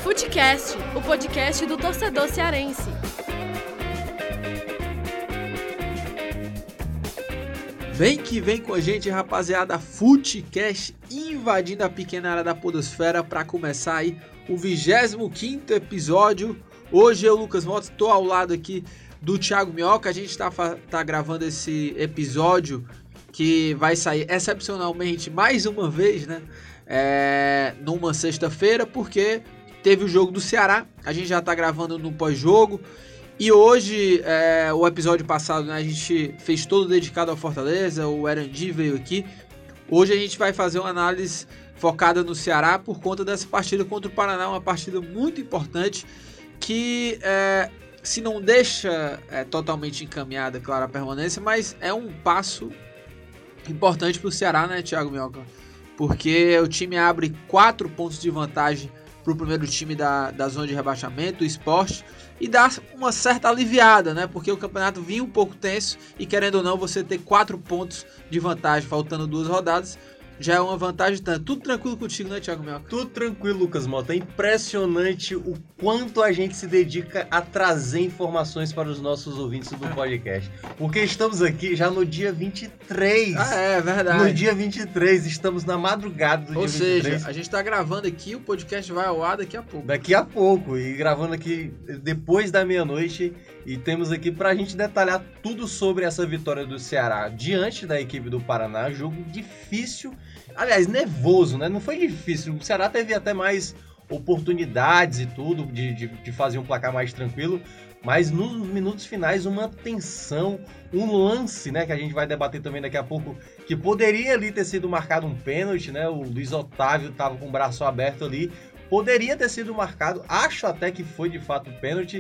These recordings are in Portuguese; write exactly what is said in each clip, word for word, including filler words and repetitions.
Futecast, o podcast do torcedor cearense. Vem que vem com a gente, rapaziada. Futecast invadindo a pequena área da podosfera para começar aí o vigésimo quinto episódio. Hoje eu, Lucas Motos, estou ao lado aqui do Thiago Minhoca. A gente está tá gravando esse episódio que vai sair excepcionalmente mais uma vez, né? É, numa sexta-feira, porque teve o jogo do Ceará. A gente já está gravando no pós-jogo. E hoje, é, o episódio passado, né, a gente fez todo dedicado ao Fortaleza. O Erandi veio aqui. Hoje a gente vai fazer uma análise focada no Ceará por conta dessa partida contra o Paraná. Uma partida muito importante que é, se não deixa é, totalmente encaminhada, claro, a permanência, mas é um passo importante para o Ceará, né, Thiago Minhoca? Porque o time abre quatro pontos de vantagem para o primeiro time da, da zona de rebaixamento, o Sport, e dá uma certa aliviada, né? Porque o campeonato vinha um pouco tenso e, querendo ou não, você ter quatro pontos de vantagem faltando duas rodadas já é uma vantagem tanto. Tudo tranquilo contigo, né, Thiago Minhoca? Tudo tranquilo, Lucas Mota. É impressionante o quanto a gente se dedica a trazer informações para os nossos ouvintes do podcast. Porque estamos aqui já no dia vinte e três. Ah, é verdade. No dia vinte e três, estamos na madrugada do Ou dia seja, vinte e três. A gente está gravando aqui, o podcast vai ao ar daqui a pouco. Daqui a pouco. E gravando aqui depois da meia-noite. E temos aqui para a gente detalhar tudo sobre essa vitória do Ceará diante da equipe do Paraná. Jogo difícil. Aliás, nervoso, né? Não foi difícil. O Ceará teve até mais oportunidades e tudo de, de, de fazer um placar mais tranquilo. Mas nos minutos finais, uma tensão, um lance, né? Que a gente vai debater também daqui a pouco, que poderia ali ter sido marcado um pênalti, né? O Luiz Otávio estava com o braço aberto ali. Poderia ter sido marcado. Acho até que foi de fato um pênalti.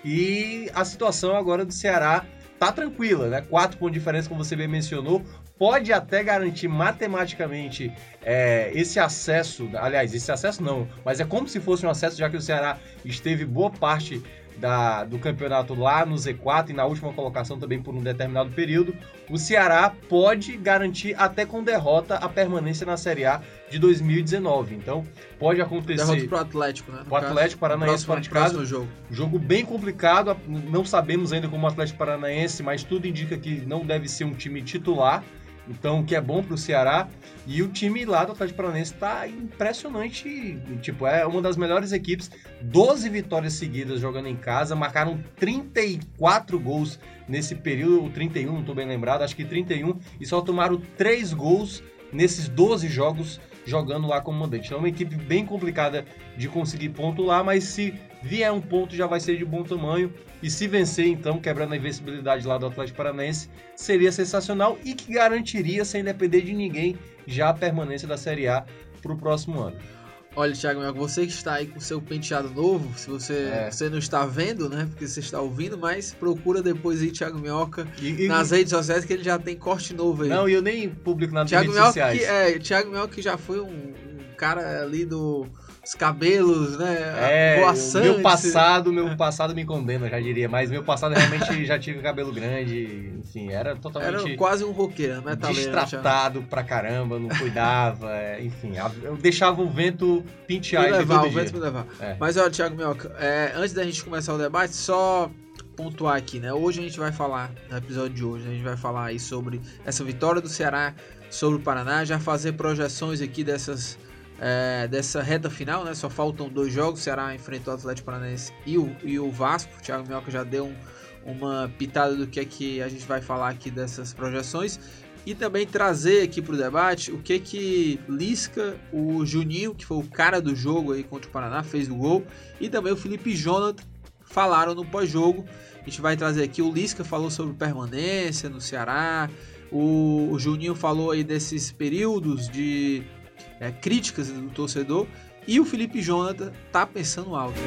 E a situação agora do Ceará tá tranquila, né? Quatro pontos de diferença, como você bem mencionou. Pode até garantir matematicamente é, esse acesso, aliás, esse acesso não, mas é como se fosse um acesso, já que o Ceará esteve boa parte da, do campeonato lá no Z quatro e na última colocação também por um determinado período. O Ceará pode garantir até com derrota a permanência na Série A de dois mil e dezenove. Então, pode acontecer... Derrota pro Atlético, né? O Atlético Paranaense fora de casa. Jogo. Jogo bem complicado. Não sabemos ainda como o Atlético Paranaense, mas tudo indica que não deve ser um time titular. Então, o que é bom pro Ceará. E o time lá do Atlético Paranaense tá impressionante. Tipo, é uma das melhores equipes. doze vitórias seguidas jogando em casa. Marcaram trinta e quatro gols nesse período. Ou trinta e um, não tô bem lembrado. Acho que trinta e um. E só tomaram três gols nesses doze jogos jogando lá como mandante. Então, é uma equipe bem complicada de conseguir ponto lá. Mas se vier um ponto, já vai ser de bom tamanho. E se vencer, então, quebrando a invencibilidade lá do Atlético Paranaense, seria sensacional e que garantiria, sem depender de ninguém, já a permanência da Série A para o próximo ano. Olha, Thiago Minhoca, você que está aí com o seu penteado novo, se você, é. você não está vendo, né, porque você está ouvindo, mas procura depois aí Thiago Minhoca e, e, nas redes sociais, que ele já tem corte novo aí. Não, e eu nem publico nas Thiago redes Minhoca sociais. Que, é, Thiago Minhoca que já foi um, um cara ali do... Os cabelos, né? É, voaçante. Meu passado, meu passado me condena, já diria. Mas meu passado realmente já tive cabelo grande. Enfim, era totalmente... Era quase um roqueiro, né? Destratado pra caramba, não cuidava. É, enfim, eu deixava o vento pentear me levar, todo o dia. vento me levar. É. Mas, olha, Thiago Minhoca, é, antes da gente começar o debate, só pontuar aqui, né? Hoje a gente vai falar, no episódio de hoje, a gente vai falar aí sobre essa vitória do Ceará sobre o Paraná, já fazer projeções aqui dessas... É, dessa reta final, né? Só faltam dois jogos. O Ceará enfrentou o Atlético Paranaense e o, e o Vasco. O Thiago Minhoca já deu um, uma pitada do que é que a gente vai falar aqui dessas projeções. E também trazer aqui para o debate o que que Lisca, o Juninho, que foi o cara do jogo aí contra o Paraná, fez o gol, e também o Felipe Jonathan falaram no pós-jogo. A gente vai trazer aqui, o Lisca falou sobre permanência no Ceará, o, o Juninho falou aí desses períodos de É, críticas do torcedor, e o Felipe Jonathan tá pensando alto.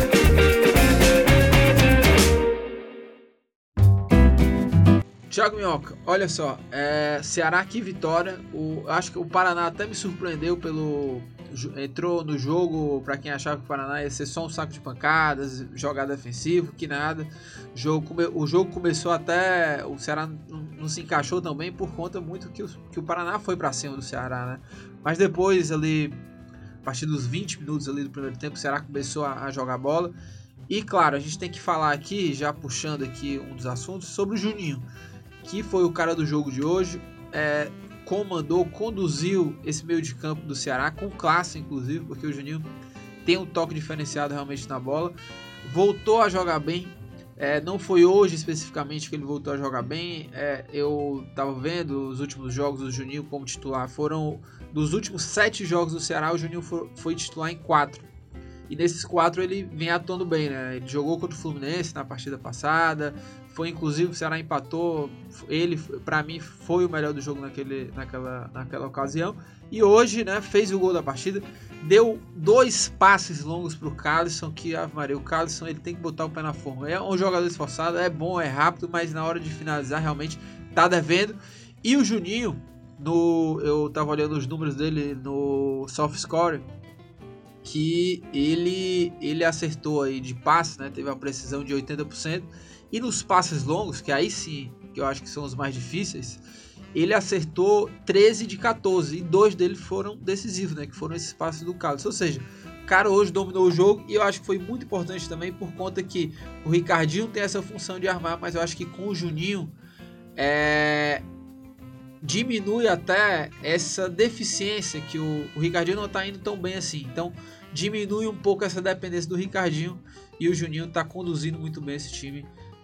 Thiago Minhoca, olha só, é, Ceará, que vitória. O, acho que o Paraná até me surpreendeu pelo... Entrou no jogo, para quem achava que o Paraná ia ser só um saco de pancadas, jogar defensivo, que nada. O jogo, o jogo começou até... O Ceará não, não se encaixou também por conta muito que o, que o Paraná foi para cima do Ceará, né? Mas depois ali, partir dos vinte minutos ali do primeiro tempo, o Ceará começou a, a jogar bola. E claro, a gente tem que falar aqui, já puxando aqui um dos assuntos, sobre o Juninho, que foi o cara do jogo de hoje, é, comandou, conduziu esse meio de campo do Ceará, com classe inclusive, porque o Juninho tem um toque diferenciado realmente na bola, voltou a jogar bem, é, não foi hoje especificamente que ele voltou a jogar bem, é, eu estava vendo os últimos jogos do Juninho como titular, foram dos últimos sete jogos do Ceará, o Juninho foi, foi titular em quatro, e nesses quatro ele vem atuando bem, né? Ele jogou contra o Fluminense na partida passada, foi inclusive o Ceará empatou, ele para mim foi o melhor do jogo naquele, naquela, naquela ocasião, e hoje, né, fez o gol da partida, deu dois passes longos pro Calisson, que Ave Maria, o Calisson ele tem que botar o pé na forma, é um jogador esforçado, é bom, é rápido, mas na hora de finalizar realmente tá devendo. E o Juninho, no, eu tava olhando os números dele no SoftScore, que ele, ele acertou aí de passe, né, teve uma precisão de oitenta por cento, e nos passes longos, que aí sim, que eu acho que são os mais difíceis, ele acertou treze de quatorze, e dois deles foram decisivos, né, que foram esses passes do Carlos. Ou seja, o cara hoje dominou o jogo, e eu acho que foi muito importante também, por conta que o Ricardinho tem essa função de armar, mas eu acho que com o Juninho, é... diminui até essa deficiência, que o, o Ricardinho não está indo tão bem assim, então diminui um pouco essa dependência do Ricardinho, e o Juninho está conduzindo muito bem esse time,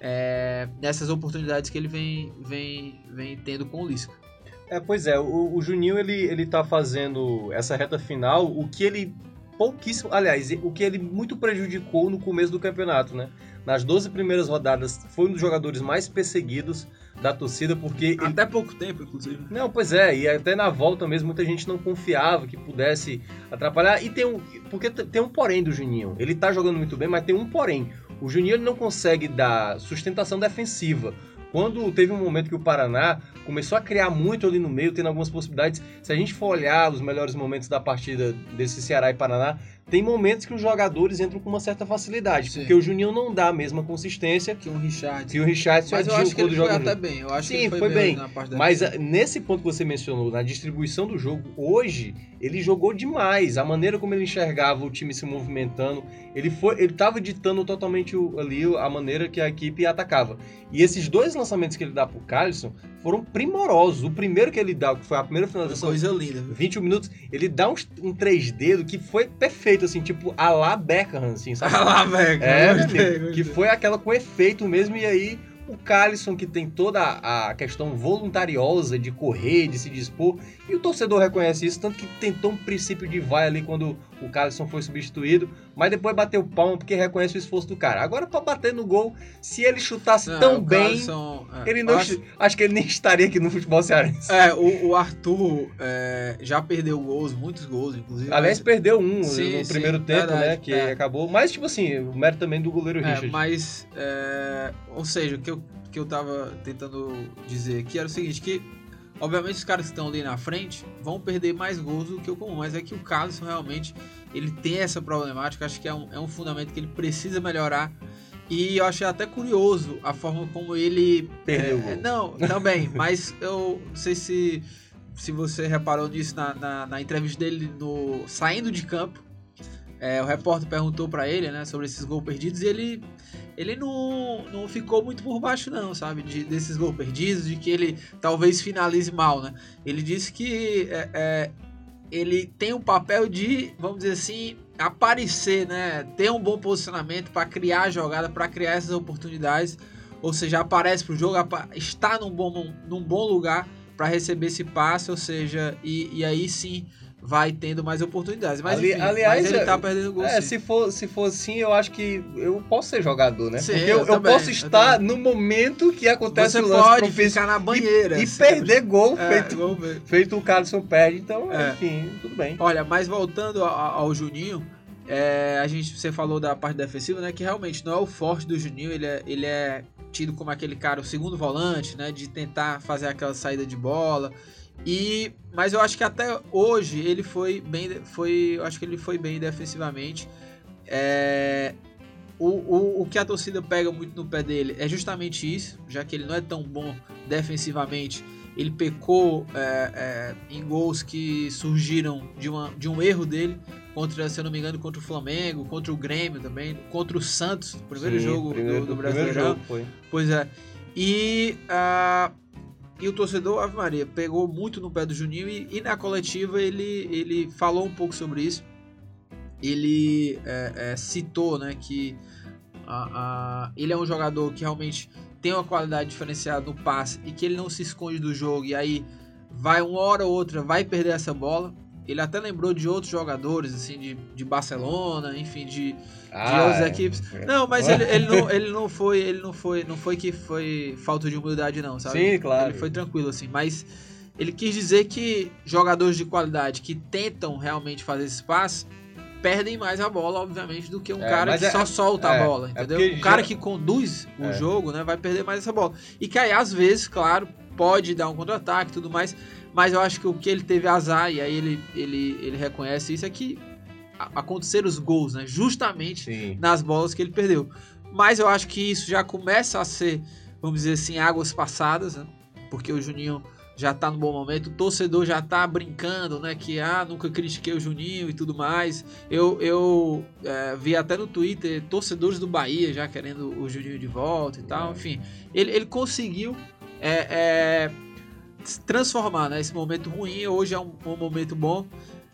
É, nessas oportunidades que ele vem, vem, vem tendo com o Lisca. É, pois é, o, o Juninho ele, ele tá fazendo essa reta final, o que ele pouquíssimo, aliás, o que ele muito prejudicou no começo do campeonato, né? Nas doze primeiras rodadas, foi um dos jogadores mais perseguidos da torcida, porque... Até ele... pouco tempo, inclusive. Não, pois é, e até na volta mesmo, muita gente não confiava que pudesse atrapalhar, e tem um... porque tem um porém do Juninho, ele tá jogando muito bem, mas tem um porém. O Juninho ele não consegue dar sustentação defensiva. Quando teve um momento que o Paraná começou a criar muito ali no meio, tendo algumas possibilidades, se a gente for olhar os melhores momentos da partida desse Ceará e Paraná, tem momentos que os jogadores entram com uma certa facilidade, Sim. porque o Juninho não dá a mesma consistência que o Richard. Que o Richard Mas eu acho que ele foi até bem. Eu acho Sim, que ele foi, foi bem. bem na parte da Mas defesa. Nesse ponto que você mencionou, na distribuição do jogo, hoje ele jogou demais. A maneira como ele enxergava o time se movimentando, ele foi, ele estava ditando totalmente o, ali a maneira que a equipe atacava. E esses dois lançamentos que ele dá pro Calisson foram primorosos. O primeiro que ele dá, que foi a primeira finalização, coisa linda, vinte e um minutos, ele dá um, um três dedos que foi perfeito, assim, tipo a la Beckham, assim, sabe? A la Beckham, é, gostei, amigo, gostei. Que foi aquela com efeito mesmo, e aí o Calisson, que tem toda a questão voluntariosa de correr, de se dispor, e o torcedor reconhece isso, tanto que tentou um princípio de vai ali quando o Calisson foi substituído, mas depois bateu palma porque reconhece o esforço do cara. Agora, pra bater no gol, se ele chutasse não, tão o bem, Calisson, é, ele não, acho... acho que ele nem estaria aqui no futebol cearense. É, o, o Arthur é, já perdeu gols, muitos gols, inclusive. Aliás, mas... perdeu um sim, no sim, primeiro tempo, verdade, né, que é. acabou, mas tipo assim, o mérito também do goleiro Richard. É, mas, é, ou seja, o que eu, que eu tava tentando dizer aqui era o seguinte, que obviamente os caras que estão ali na frente vão perder mais gols do que o comum, mas é que o Calisson realmente, ele tem essa problemática, acho que é um, é um fundamento que ele precisa melhorar, e eu achei até curioso a forma como ele... Perdeu é, o gol. Não, também, mas eu não sei se, se você reparou nisso na, na, na entrevista dele no, saindo de campo, é, o repórter perguntou pra ele, né, sobre esses gols perdidos, e ele... ele não, não ficou muito por baixo não, sabe, de, desses gols perdidos, de que ele talvez finalize mal, né, ele disse que é, é, ele tem um papel de, vamos dizer assim, aparecer, né, ter um bom posicionamento para criar a jogada, para criar essas oportunidades, ou seja, aparece pro jogo, está num bom, num, num bom lugar para receber esse passe, ou seja, e, e aí sim vai tendo mais oportunidades. Mas, Ali, enfim, aliás, mas ele tá perdendo gol. É, sim. se for, se for assim, eu acho que eu posso ser jogador, né? Sim, Porque eu, eu eu também, posso eu estar também. no momento que acontece Você o lance pode propício ficar na banheira. e, e sempre. perder gol, É, feito, gol mesmo. feito o Calisson perde. Então, É. enfim, tudo bem. Olha, mas voltando ao, ao Juninho, é, a gente, você falou da parte defensiva, né? Que realmente não é o forte do Juninho, ele é, ele é tido como aquele cara, o segundo volante, né? De tentar fazer aquela saída de bola. E, mas eu acho que até hoje ele foi bem, foi, eu acho que ele foi bem defensivamente. É, o, o, o que a torcida pega muito no pé dele é justamente isso, já que ele não é tão bom defensivamente, ele pecou é, é, em gols que surgiram de, uma, de um erro dele, contra, se eu não me engano, contra o Flamengo, contra o Grêmio também, contra o Santos, o primeiro Sim, jogo primeiro, do, do Brasileirão. Foi. Pois é. E, uh, e o torcedor, Ave Maria, pegou muito no pé do Juninho e, e na coletiva ele, ele falou um pouco sobre isso. Ele é, é, citou, né, que a, a, ele é um jogador que realmente tem uma qualidade diferenciada no passe e que ele não se esconde do jogo e aí vai uma hora ou outra, vai perder essa bola. Ele até lembrou de outros jogadores, assim, de, de Barcelona, enfim, de, ah, de outras é. equipes. Não, mas ele, ele, não, ele não foi, ele não foi, não foi que foi falta de humildade não, sabe? Sim, claro. Ele foi tranquilo, assim, mas ele quis dizer que jogadores de qualidade que tentam realmente fazer esse passe perdem mais a bola, obviamente, do que um é, cara que é, só solta é, a bola, entendeu? É um cara já... que conduz o é. jogo, né, vai perder mais essa bola. E que aí, às vezes, claro, pode dar um contra-ataque e tudo mais, mas eu acho que o que ele teve azar, e aí ele, ele, ele reconhece isso, é que aconteceram os gols, né, justamente Sim. nas bolas que ele perdeu. Mas eu acho que isso já começa a ser, vamos dizer assim, águas passadas, né, porque o Juninho já tá no bom momento, o torcedor já tá brincando, né, que ah, nunca critiquei o Juninho e tudo mais. Eu, eu é, vi até no Twitter torcedores do Bahia já querendo o Juninho de volta e tal, enfim. Ele, ele conseguiu é, é, transformar, né, esse momento ruim, hoje é um, um momento bom.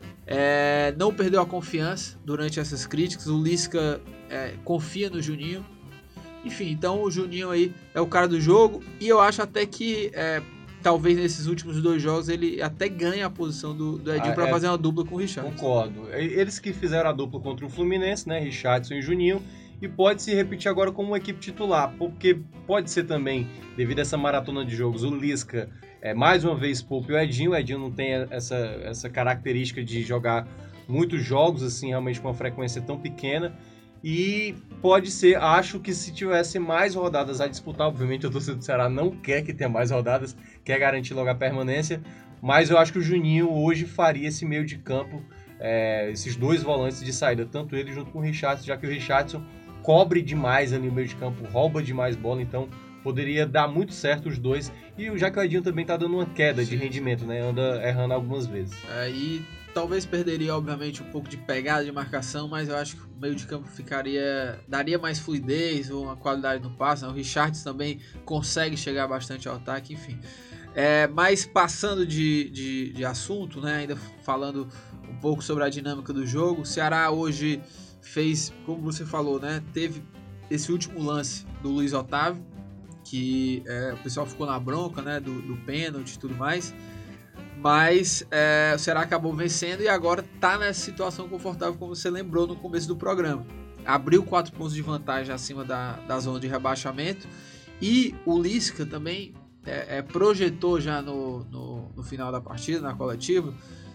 É, não perdeu a confiança durante essas críticas, o Lisca é, confia no Juninho. Enfim, então o Juninho aí é o cara do jogo e eu acho até que... É, talvez nesses últimos dois jogos ele até ganhe a posição do, do Edinho ah, para é, fazer uma dupla com o Richardson. Concordo. Eles que fizeram a dupla contra o Fluminense, né, Richardson e Juninho, e pode se repetir agora como uma equipe titular, porque pode ser também, devido a essa maratona de jogos, o Lisca é, mais uma vez poupe o Edinho, o Edinho não tem essa, essa característica de jogar muitos jogos assim, realmente com uma frequência tão pequena. E pode ser, acho que se tivesse mais rodadas a disputar, obviamente o torcedor do Ceará não quer que tenha mais rodadas, quer garantir logo a permanência, mas eu acho que o Juninho hoje faria esse meio de campo, é, esses dois volantes de saída, tanto ele junto com o Richardson, já que o Richardson cobre demais ali no meio de campo, rouba demais bola, então poderia dar muito certo os dois, e já que o Edinho também tá dando uma queda de rendimento, né, anda errando algumas vezes. É, e talvez perderia, obviamente, um pouco de pegada de marcação, mas eu acho que o meio de campo ficaria, daria mais fluidez ou uma qualidade no passe, né? O Richardson também consegue chegar bastante ao ataque, enfim. É, mas passando de, de, de assunto, né, ainda falando um pouco sobre a dinâmica do jogo, o Ceará hoje fez, como você falou, né, teve esse último lance do Luiz Otávio, que é, o pessoal ficou na bronca, né, do, do pênalti e tudo mais. Mas é, o Ceará acabou vencendo e agora está nessa situação confortável, como você lembrou no começo do programa. Abriu quatro pontos de vantagem acima da, da zona de rebaixamento. E o Lisca também é, é, projetou já no, no, no final da partida, na coletiva,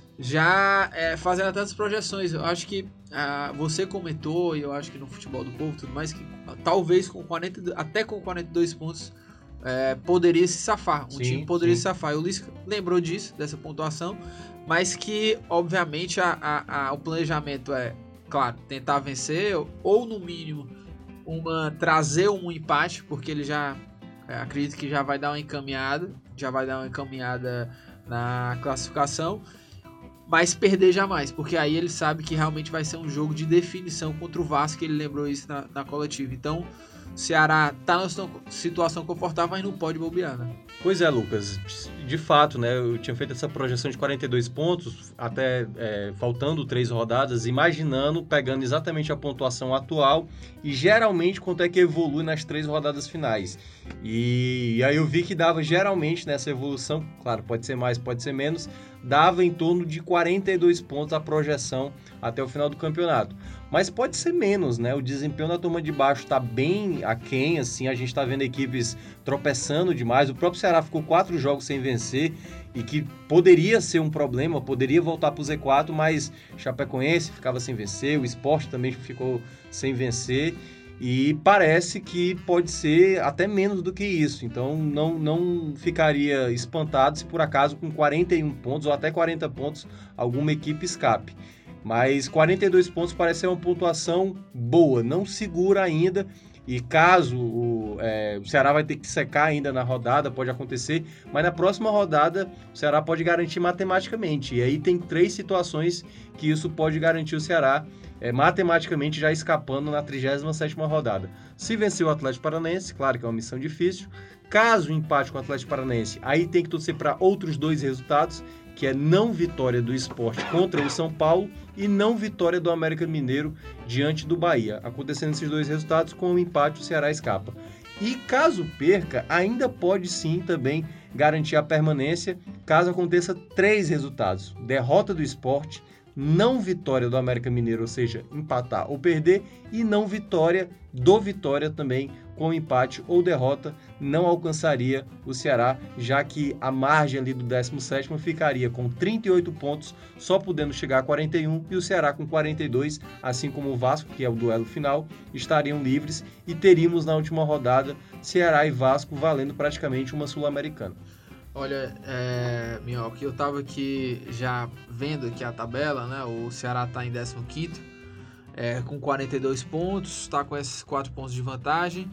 já é, fazendo até as projeções. Eu acho que ah, você comentou, e eu acho que no Futebol do Povo tudo mais, que talvez com quarenta, até com quarenta e dois pontos... É, poderia se safar, um sim, time poderia sim. se safar. E o Lisca lembrou disso, dessa pontuação, mas que, obviamente, a, a, a, o planejamento é, claro, tentar vencer, ou no mínimo, uma, trazer um empate, porque ele já, é, acredito que já vai dar uma encaminhada, já vai dar uma encaminhada na classificação, mas perder jamais, porque aí ele sabe que realmente vai ser um jogo de definição contra o Vasco, ele lembrou isso na, na coletiva. Então, o Ceará está numa situação confortável, mas não pode bobear, né? Pois é, Lucas. De fato, né? Eu tinha feito essa projeção de quarenta e dois pontos, até é, faltando três rodadas, imaginando, pegando exatamente a pontuação atual e geralmente quanto é que evolui nas três rodadas finais. E, e aí eu vi que dava geralmente nessa evolução, claro, pode ser mais, pode ser menos, dava em torno de quarenta e dois pontos a projeção até o final do campeonato. Mas pode ser menos, né? O desempenho da turma de baixo está bem aquém, assim, a gente está vendo equipes tropeçando demais. O próprio Ceará ficou quatro jogos sem vencer e que poderia ser um problema, poderia voltar para o Z quatro, mas Chapecoense ficava sem vencer, o Sport também ficou sem vencer e parece que pode ser até menos do que isso. Então não, não ficaria espantado se por acaso com quarenta e um pontos ou até quarenta pontos alguma equipe escape. Mas quarenta e dois pontos parece ser uma pontuação boa, não segura ainda. E caso o, é, o Ceará vai ter que secar ainda na rodada, pode acontecer, mas na próxima rodada o Ceará pode garantir matematicamente. E aí tem três situações que isso pode garantir o Ceará é, matematicamente já escapando na trigésima sétima rodada. Se vencer o Atlético Paranaense, claro que é uma missão difícil. Caso empate com o Atlético Paranaense, aí tem que torcer para outros dois resultados, que é não vitória do Sport contra o São Paulo e não vitória do América Mineiro diante do Bahia. Acontecendo esses dois resultados, com o empate o Ceará escapa. E caso perca, ainda pode sim também garantir a permanência, caso aconteça três resultados. Derrota do Sport, não vitória do América Mineiro, ou seja, empatar ou perder, e não vitória do Vitória também, com empate ou derrota, não alcançaria o Ceará, já que a margem ali do décimo sétimo ficaria com trinta e oito pontos, só podendo chegar a quarenta e um, e o Ceará com quarenta e dois, assim como o Vasco, que é o duelo final, estariam livres, e teríamos na última rodada Ceará e Vasco valendo praticamente uma Sul-Americana. Olha, é, Minhoca, eu tava aqui já vendo aqui a tabela, né? O Ceará tá em décimo quinto, é, com quarenta e dois pontos, tá com esses quatro pontos de vantagem.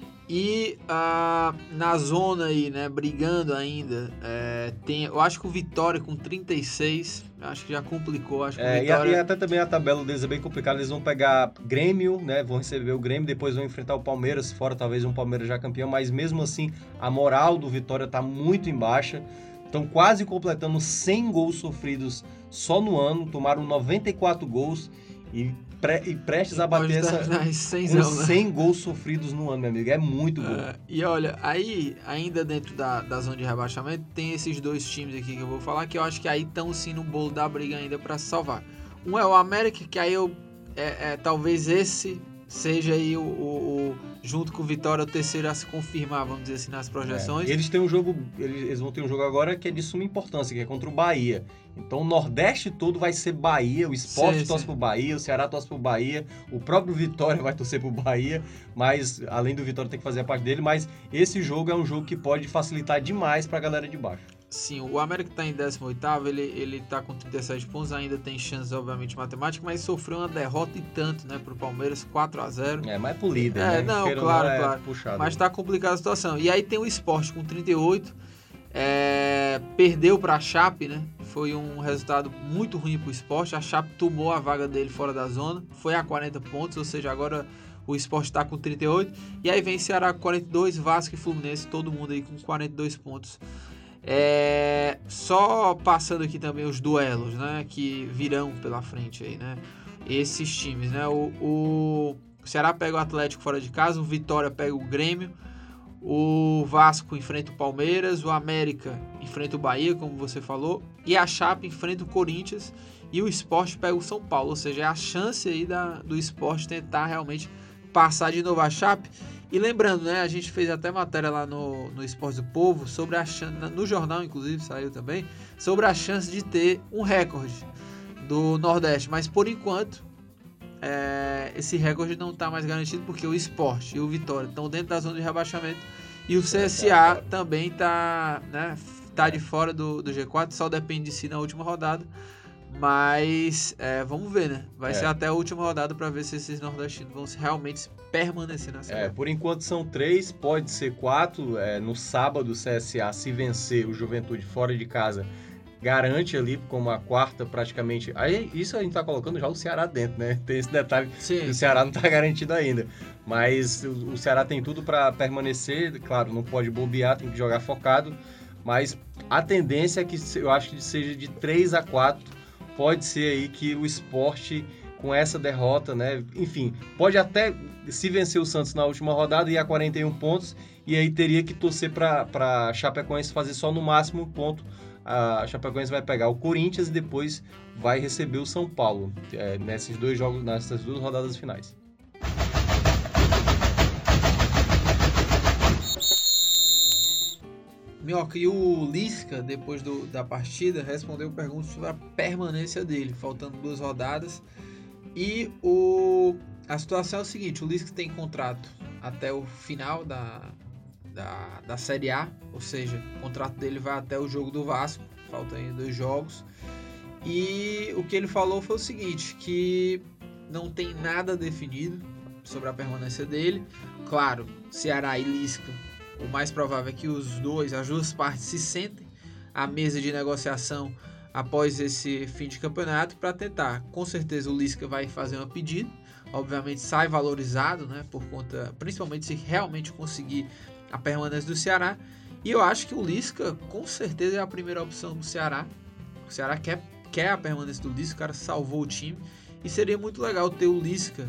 E ah, na zona aí, né, brigando ainda, é, tem, eu acho que o Vitória com trinta e seis, acho que já complicou. Acho que é, o Vitória... e, e até também a tabela deles é bem complicada, eles vão pegar Grêmio, né, vão receber o Grêmio, depois vão enfrentar o Palmeiras, fora talvez um Palmeiras já campeão, mas mesmo assim a moral do Vitória tá muito em baixa, estão quase completando cem gols sofridos só no ano, tomaram noventa e quatro gols e... Pre, e prestes e a bater essa, cem, com cem gols sofridos no ano, meu amigo. É muito gol. É, e olha, aí, ainda dentro da, da zona de rebaixamento, tem esses dois times aqui que eu vou falar, que eu acho que aí estão sim no bolo da briga ainda para se salvar. Um é o América, que aí eu, é, é, talvez esse seja aí o, o, o, junto com o Vitória, o terceiro a se confirmar, vamos dizer assim, nas projeções. É, eles têm um jogo, eles, eles vão ter um jogo agora que é de suma importância, que é contra o Bahia. Então o Nordeste todo vai ser Bahia, o Sport sim, torce sim. pro Bahia, o Ceará torce pro Bahia, o próprio Vitória vai torcer pro Bahia, mas além do Vitória tem que fazer a parte dele, mas esse jogo é um jogo que pode facilitar demais pra galera de baixo. Sim, o América está em décimo oitavo, ele, ele tá com trinta e sete pontos, ainda tem chances, obviamente, matemáticas, mas sofreu uma derrota e tanto, né, pro Palmeiras, quatro a zero. É, mas é pro líder, é, né? Não, Queira claro, não é claro. Puxado. Mas tá complicada a situação. E aí tem o Sport com trinta e oito, é, perdeu pra Chape, né? Foi um resultado muito ruim pro Sport. A Chape tomou a vaga dele fora da zona, foi a quarenta pontos, ou seja, agora o Sport tá com trinta e oito. E aí vem Ceará com quarenta e dois, Vasco e Fluminense, todo mundo aí com quarenta e dois pontos. É, só passando aqui também os duelos, né, que virão pela frente aí, né, esses times, né, o, o Ceará pega o Atlético fora de casa, o Vitória pega o Grêmio, o Vasco enfrenta o Palmeiras, o América enfrenta o Bahia, como você falou, e a Chape enfrenta o Corinthians, e o Sport pega o São Paulo, ou seja, é a chance aí da, do Sport tentar realmente passar de novo a Chape. E lembrando, né, a gente fez até matéria lá no, no Esporte do Povo, sobre a chance, no jornal inclusive, saiu também, sobre a chance de ter um recorde do Nordeste, mas por enquanto é, esse recorde não está mais garantido, porque o Sport e o Vitória estão dentro da zona de rebaixamento, e o C S A também está, né, tá de fora do, do G quatro, só depende de si na última rodada. Mas é, vamos ver, né? Vai é. ser até a última rodada para ver se esses nordestinos vão realmente permanecer na Série A. É, por enquanto são três, pode ser quatro. É, no sábado o C S A, se vencer o Juventude fora de casa, garante ali como a quarta praticamente. Aí isso a gente tá colocando já o Ceará dentro, né? Tem esse detalhe. Sim. Que o Ceará não tá garantido ainda. Mas o, o Ceará tem tudo para permanecer. Claro, não pode bobear, tem que jogar focado. Mas a tendência é que eu acho que seja de três a quatro. Pode ser aí que o Sport, com essa derrota, né? Enfim, pode até, se vencer o Santos na última rodada, ir a quarenta e um pontos, e aí teria que torcer para a Chapecoense fazer só no máximo um ponto. A Chapecoense vai pegar o Corinthians e depois vai receber o São Paulo, é, nesses dois jogos, nessas duas rodadas finais. Minhoca, e o Lisca, depois do, da partida, respondeu perguntas sobre a permanência dele, faltando duas rodadas. E o, a situação é o seguinte, o Lisca tem contrato até o final da, da, da Série A, ou seja, o contrato dele vai até o jogo do Vasco, faltam ainda dois jogos. E o que ele falou foi o seguinte, que não tem nada definido, sobre a permanência dele. Claro, Ceará e Lisca, o mais provável é que os dois, as duas partes se sentem à mesa de negociação após esse fim de campeonato para tentar. Com certeza o Lisca vai fazer uma pedida, obviamente sai valorizado, né, por conta, principalmente se realmente conseguir a permanência do Ceará. E eu acho que o Lisca com certeza é a primeira opção do Ceará. O Ceará quer, quer a permanência do Lisca, o cara salvou o time. E seria muito legal ter o Lisca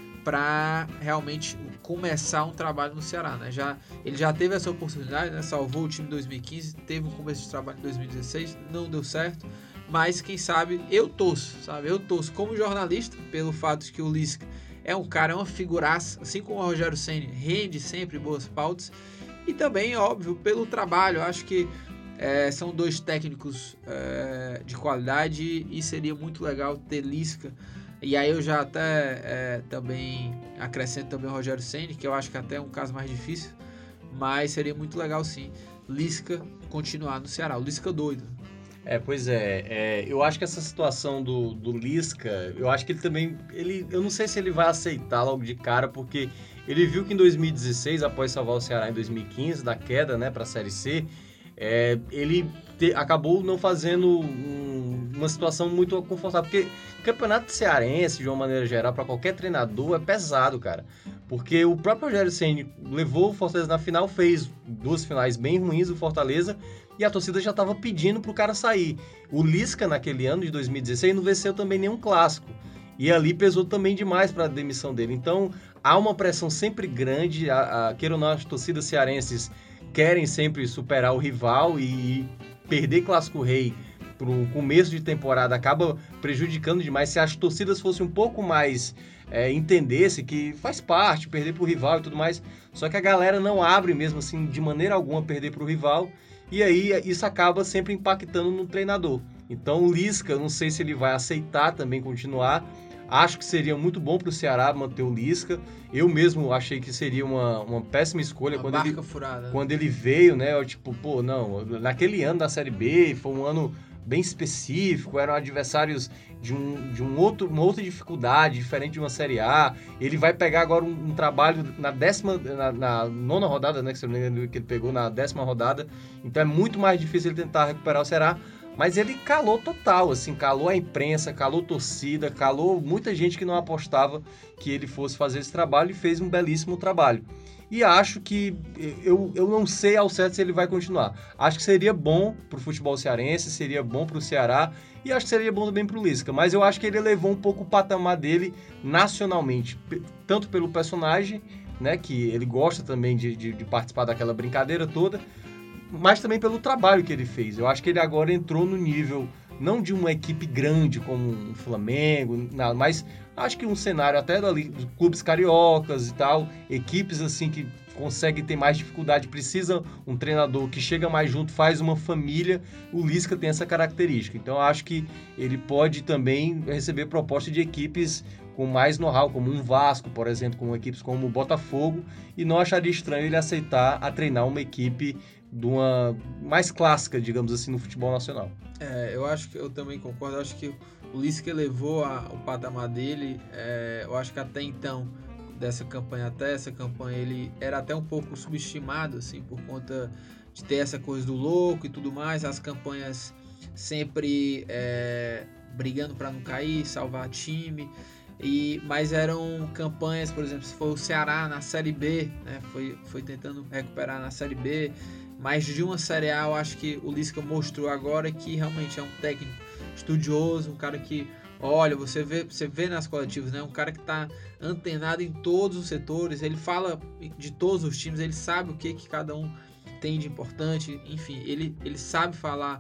para realmente começar um trabalho no Ceará, né? Já, ele já teve essa oportunidade, né? Salvou o time em dois mil e quinze, teve um começo de trabalho em dois mil e dezesseis, não deu certo, mas quem sabe eu torço, sabe? Eu torço como jornalista pelo fato de que o Lisca é um cara, é uma figuraça, assim como o Rogério Ceni rende sempre boas pautas, e também, óbvio, pelo trabalho. Eu acho que é, são dois técnicos é, de qualidade e seria muito legal ter Lisca. E aí eu já até é, também acrescento também o Rogério Ceni, que eu acho que até é um caso mais difícil, mas seria muito legal sim, Lisca continuar no Ceará, o Lisca doido. É, pois é, é, eu acho que essa situação do, do Lisca, eu acho que ele também, ele, eu não sei se ele vai aceitar logo de cara, porque ele viu que em dois mil e dezesseis, após salvar o Ceará em dois mil e quinze, da queda, né, para a Série C, é, ele te, acabou não fazendo um, uma situação muito confortável, porque campeonato cearense, de uma maneira geral, para qualquer treinador, é pesado, cara. Porque o próprio Rogério Ceni levou o Fortaleza na final, fez duas finais bem ruins do Fortaleza, e a torcida já estava pedindo pro cara sair. O Lisca, naquele ano de dois mil e dezesseis, não venceu também nenhum clássico. E ali pesou também demais para a demissão dele. Então, há uma pressão sempre grande, a, a, queira ou não, as torcidas cearenses querem sempre superar o rival, e perder Clássico Rei para o começo de temporada acaba prejudicando demais. Se as torcidas fossem um pouco mais, é, entendesse que faz parte perder para o rival e tudo mais, só que a galera não abre mesmo assim de maneira alguma perder para o rival, e aí isso acaba sempre impactando no treinador. Então o Lisca, não sei se ele vai aceitar também continuar. Acho que seria muito bom para o Ceará manter o Lisca. Eu mesmo achei que seria uma, uma péssima escolha. Uma quando barca ele, furada. Quando ele veio, né? Eu, tipo, pô, não, naquele ano da Série B, foi um ano bem específico, eram adversários de, um, de um outro, uma outra dificuldade, diferente de uma Série A. Ele vai pegar agora um, um trabalho na décima, na, na nona rodada, né? Que se eu não me engano, que ele pegou na décima rodada. Então é muito mais difícil ele tentar recuperar o Ceará. Mas ele calou total, assim, calou a imprensa, calou torcida, calou muita gente que não apostava que ele fosse fazer esse trabalho, e fez um belíssimo trabalho. E acho que, eu, eu não sei ao certo se ele vai continuar. Acho que seria bom pro futebol cearense, seria bom pro Ceará, e acho que seria bom também pro Lisca. Mas eu acho que ele elevou um pouco o patamar dele nacionalmente, tanto pelo personagem, né, que ele gosta também de, de, de participar daquela brincadeira toda, mas também pelo trabalho que ele fez. Eu acho que ele agora entrou no nível, não de uma equipe grande como o Flamengo, nada, mas acho que um cenário até dali, dos clubes cariocas e tal, equipes assim que conseguem ter mais dificuldade, precisa um treinador que chega mais junto, faz uma família. O Lisca tem essa característica. Então eu acho que ele pode também receber proposta de equipes com mais know-how, como um Vasco, por exemplo, com equipes como o Botafogo, e não acharia estranho ele aceitar a treinar uma equipe de uma mais clássica, digamos assim, no futebol nacional. É, eu acho que eu também concordo. Eu acho que o Lisca elevou a, o patamar dele. É, eu acho que até então, dessa campanha até essa campanha, ele era até um pouco subestimado, assim, por conta de ter essa coisa do louco e tudo mais. As campanhas sempre é, brigando para não cair, salvar time. E, mas eram campanhas, por exemplo, se foi o Ceará na Série B, né, foi, foi tentando recuperar na Série B. Mas de uma Série A, eu acho que o Lisca mostrou agora que realmente é um técnico estudioso, um cara que, olha, você vê, você vê nas coletivas, né? Um cara que está antenado em todos os setores, ele fala de todos os times, ele sabe o que, que cada um tem de importante, enfim, ele, ele sabe falar,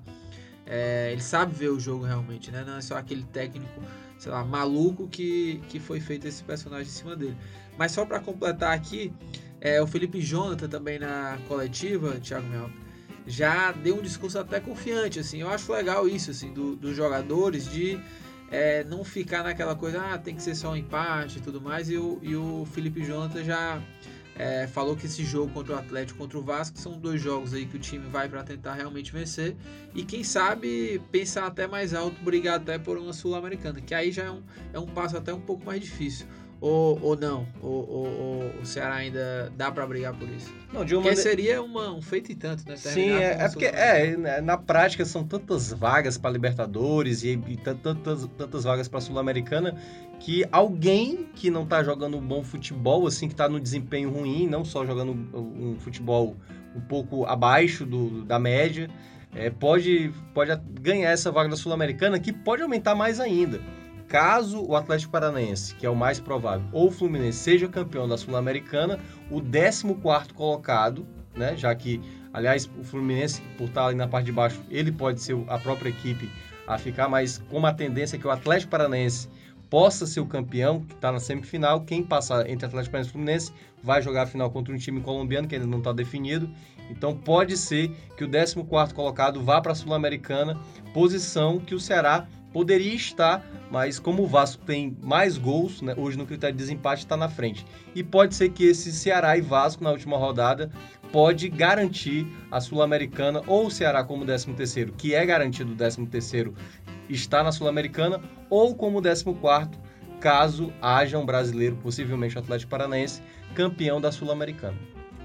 é, ele sabe ver o jogo realmente, né? Não é só aquele técnico, sei lá, maluco que, que foi feito esse personagem em cima dele. Mas só para completar aqui, É, o Felipe Jonathan também na coletiva, Thiago Mioca, já deu um discurso até confiante, assim. Eu acho legal isso, assim, do, dos jogadores, de é, não ficar naquela coisa, ah, tem que ser só um empate e tudo mais. E o, e o Felipe Jonathan já é, falou que esse jogo contra o Atlético, contra o Vasco, são dois jogos aí que o time vai para tentar realmente vencer. E quem sabe pensar até mais alto, brigar até por uma Sul-Americana, que aí já é um, é um passo até um pouco mais difícil. Ou, ou não? Ou, ou, ou o Ceará ainda dá pra brigar por isso? Não, de uma Porque maneira... seria uma, um feito e tanto, né? Sim, Terminar é, com é o porque Sul-Americano. é, na prática são tantas vagas para Libertadores e, e tantas, tantas vagas para Sul-Americana que alguém que não tá jogando um bom futebol, assim, que tá no desempenho ruim, não só jogando um, um futebol um pouco abaixo do, da média, é, pode, pode ganhar essa vaga da Sul-Americana, que pode aumentar mais ainda. Caso o Atlético Paranaense, que é o mais provável, ou o Fluminense seja campeão da Sul-Americana, o décimo quarto colocado, né, já que, aliás, o Fluminense, por estar ali na parte de baixo, ele pode ser a própria equipe a ficar, mas com uma tendência que o Atlético Paranaense possa ser o campeão, que está na semifinal. Quem passar entre Atlético Paranaense e Fluminense vai jogar a final contra um time colombiano, que ainda não está definido. Então pode ser que o décimo quarto colocado vá para a Sul-Americana, posição que o Ceará poderia estar, mas como o Vasco tem mais gols, né, hoje no critério de desempate está na frente. E pode ser que esse Ceará e Vasco na última rodada pode garantir a Sul-Americana, ou o Ceará como décimo terceiro, que é garantido o décimo terceiro, está na Sul-Americana, ou como décimo quarto, caso haja um brasileiro, possivelmente o Atlético Paranaense, campeão da Sul-Americana.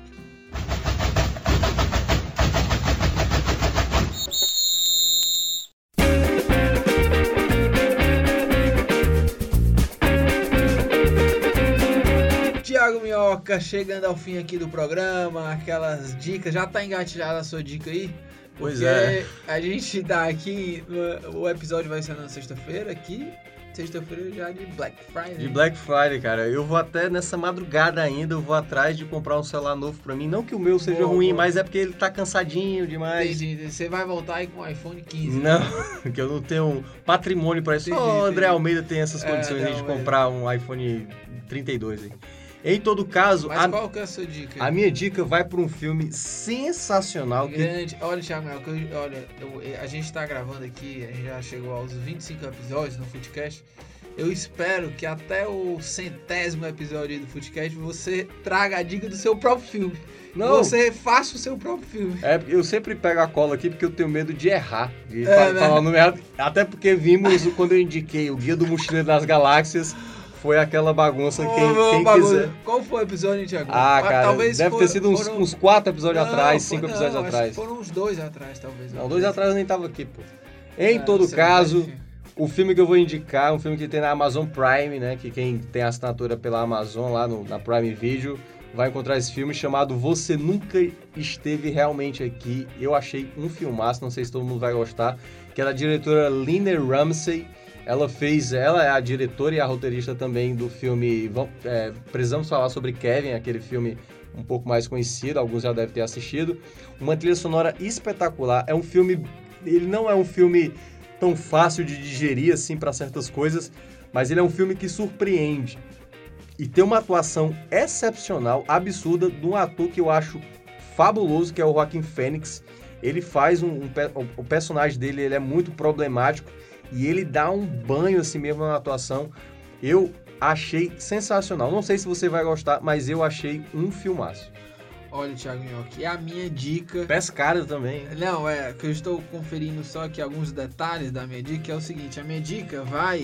Thiago Minhoca, chegando ao fim aqui do programa, aquelas dicas, já tá engatilhada a sua dica aí? Pois Porque é. a gente tá aqui, no, o episódio vai ser na sexta-feira aqui, sexta-feira já de Black Friday. De Black Friday, cara, eu vou até nessa madrugada ainda, eu vou atrás de comprar um celular novo pra mim, não que o meu seja Boa, ruim, boa. mas é porque ele tá cansadinho demais. Entendi, você vai voltar aí com o iPhone quinze. Não, que eu não tenho um patrimônio pra isso. Entendi, Só o André entendi. Almeida tem essas É, condições aí André de Almeida. comprar um iPhone trinta e dois aí. Em todo caso, Mas a, qual que é a sua dica? a minha dica vai para um filme sensacional que Grande. Olha, Thiago, Minhoca, eu- olha, eu- a gente tá gravando aqui, a gente já chegou aos vinte e cinco episódios no Footcast. Eu espero que até o centésimo episódio aí do Footcast você traga a dica do seu próprio filme. Não. Você faça o seu próprio filme. É, eu sempre pego a cola aqui porque eu tenho medo de errar, de É, fa- né? falar o nome errado. Até porque vimos o- quando eu indiquei o Guia do Mochileiro das Galáxias, foi aquela bagunça. Quem, Ô, quem bagulho. quiser. Qual foi o episódio, hein, Thiago? Ah, cara, Talvez deve for- ter sido uns, foram- uns quatro episódios Não, atrás, foi- cinco não, episódios acho atrás. que foram uns dois atrás, talvez. Não, dois atrás eu nem tava aqui, pô. Em Ah, todo não sei, caso, enfim. o filme que eu vou indicar é um filme que tem na Amazon Prime, né? Que quem tem assinatura pela Amazon lá no, na Prime Video vai encontrar esse filme chamado Você Nunca Esteve Realmente Aqui. Eu achei um filmaço, não sei se todo mundo vai gostar, que é da diretora Lynne Ramsey. Ela fez, ela é a diretora e a roteirista também do filme Vam- é, Precisamos Falar Sobre Kevin, aquele filme um pouco mais conhecido, alguns já devem ter assistido. Uma trilha sonora espetacular, é um filme, ele não é um filme tão fácil de digerir assim para certas coisas, mas ele é um filme que surpreende. E tem uma atuação excepcional, absurda, de um ator que eu acho fabuloso, que é o Joaquin Phoenix. Ele faz um, um pe- o personagem dele, ele é muito problemático e ele dá um banho assim mesmo na atuação. Eu achei sensacional. Não sei se você vai gostar, mas eu achei um filmaço. Olha, Thiago Minhoca, e a minha dica... Pescada também. Não, é que eu estou conferindo só aqui alguns detalhes da minha dica, que é o seguinte, a minha dica vai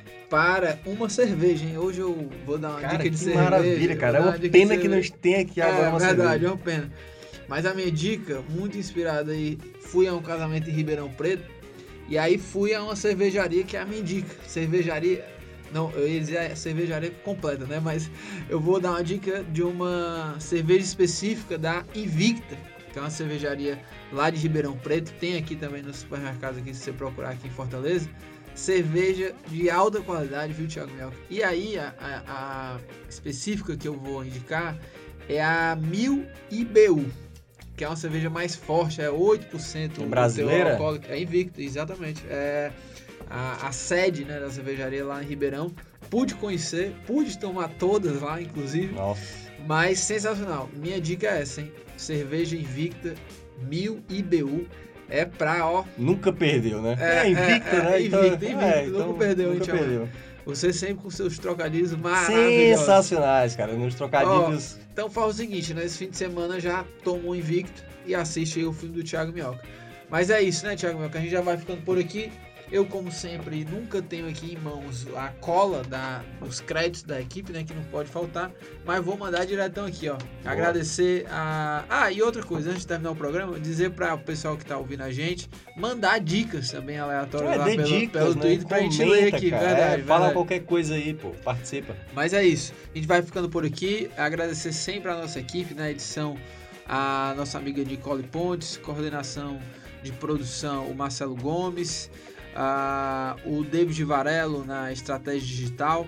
para uma cerveja, hein? Hoje eu vou dar uma Cara, dica de que cerveja. maravilha, cara. É vou uma dar dica de pena que não cerveja. tem aqui agora É uma verdade, cerveja. é uma pena. Mas a minha dica, muito inspirada aí, fui a um casamento em Ribeirão Preto, e aí fui a uma cervejaria que é a minha dica. Cervejaria, não, eu ia dizer a cervejaria completa, né? Mas eu vou dar uma dica de uma cerveja específica da Invicta, que é uma cervejaria lá de Ribeirão Preto, tem aqui também nos supermercados aqui, se você procurar aqui em Fortaleza. Cerveja de alta qualidade, viu, Thiago Minhoca? E aí, a, a, a específica que eu vou indicar é a mil I B U, que é uma cerveja mais forte, é oito por cento. É brasileira? teor alcoólico. É Invicta, exatamente. É a, a sede, né, da cervejaria lá em Ribeirão. Pude conhecer, pude tomar todas lá, inclusive. Nossa. Mas sensacional. Minha dica é essa, hein? Cerveja Invicta mil I B U. É pra, ó... Nunca perdeu, né? É, invicta, é, é, né? invicta, então, invicta, é, nunca então, perdeu, hein, Nunca Thiago? perdeu. Você sempre com seus trocadilhos maravilhosos. Sensacionais, cara. Nos trocadilhos. Então faz o seguinte, né? Esse fim de semana já toma um Invicto e assiste aí o filme do Thiago Minhoca. Mas é isso, né, Thiago Minhoca? A gente já vai ficando por aqui. Eu, como sempre, nunca tenho aqui em mãos a cola, da, os créditos da equipe, né, que não pode faltar, mas vou mandar diretão aqui, ó. Boa. Agradecer a... Ah, e outra coisa, antes de terminar o programa, dizer para o pessoal que tá ouvindo a gente, mandar dicas também aleatórias é, lá pelo, dicas, pelo né? Twitter pra Comenta, gente ler aqui, cara. verdade, é, Fala verdade. qualquer coisa aí, pô, participa. Mas é isso, a gente vai ficando por aqui, agradecer sempre a nossa equipe na edição, a nossa amiga Nicole Pontes, coordenação de produção o Marcelo Gomes, a, o David Varelo na estratégia digital,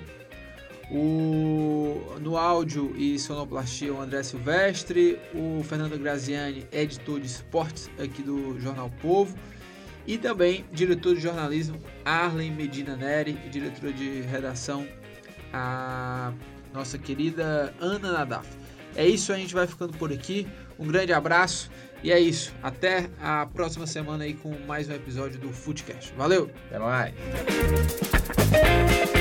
o, no áudio e sonoplastia o André Silvestre, o Fernando Graziani, editor de esportes aqui do Jornal Povo, e também diretor de jornalismo Arlen Medina Neri e diretora de redação a nossa querida Ana Nadaf. É isso, a gente vai ficando por aqui. Um grande abraço e é isso. Até a próxima semana aí com mais um episódio do Footcast. Valeu! Até mais!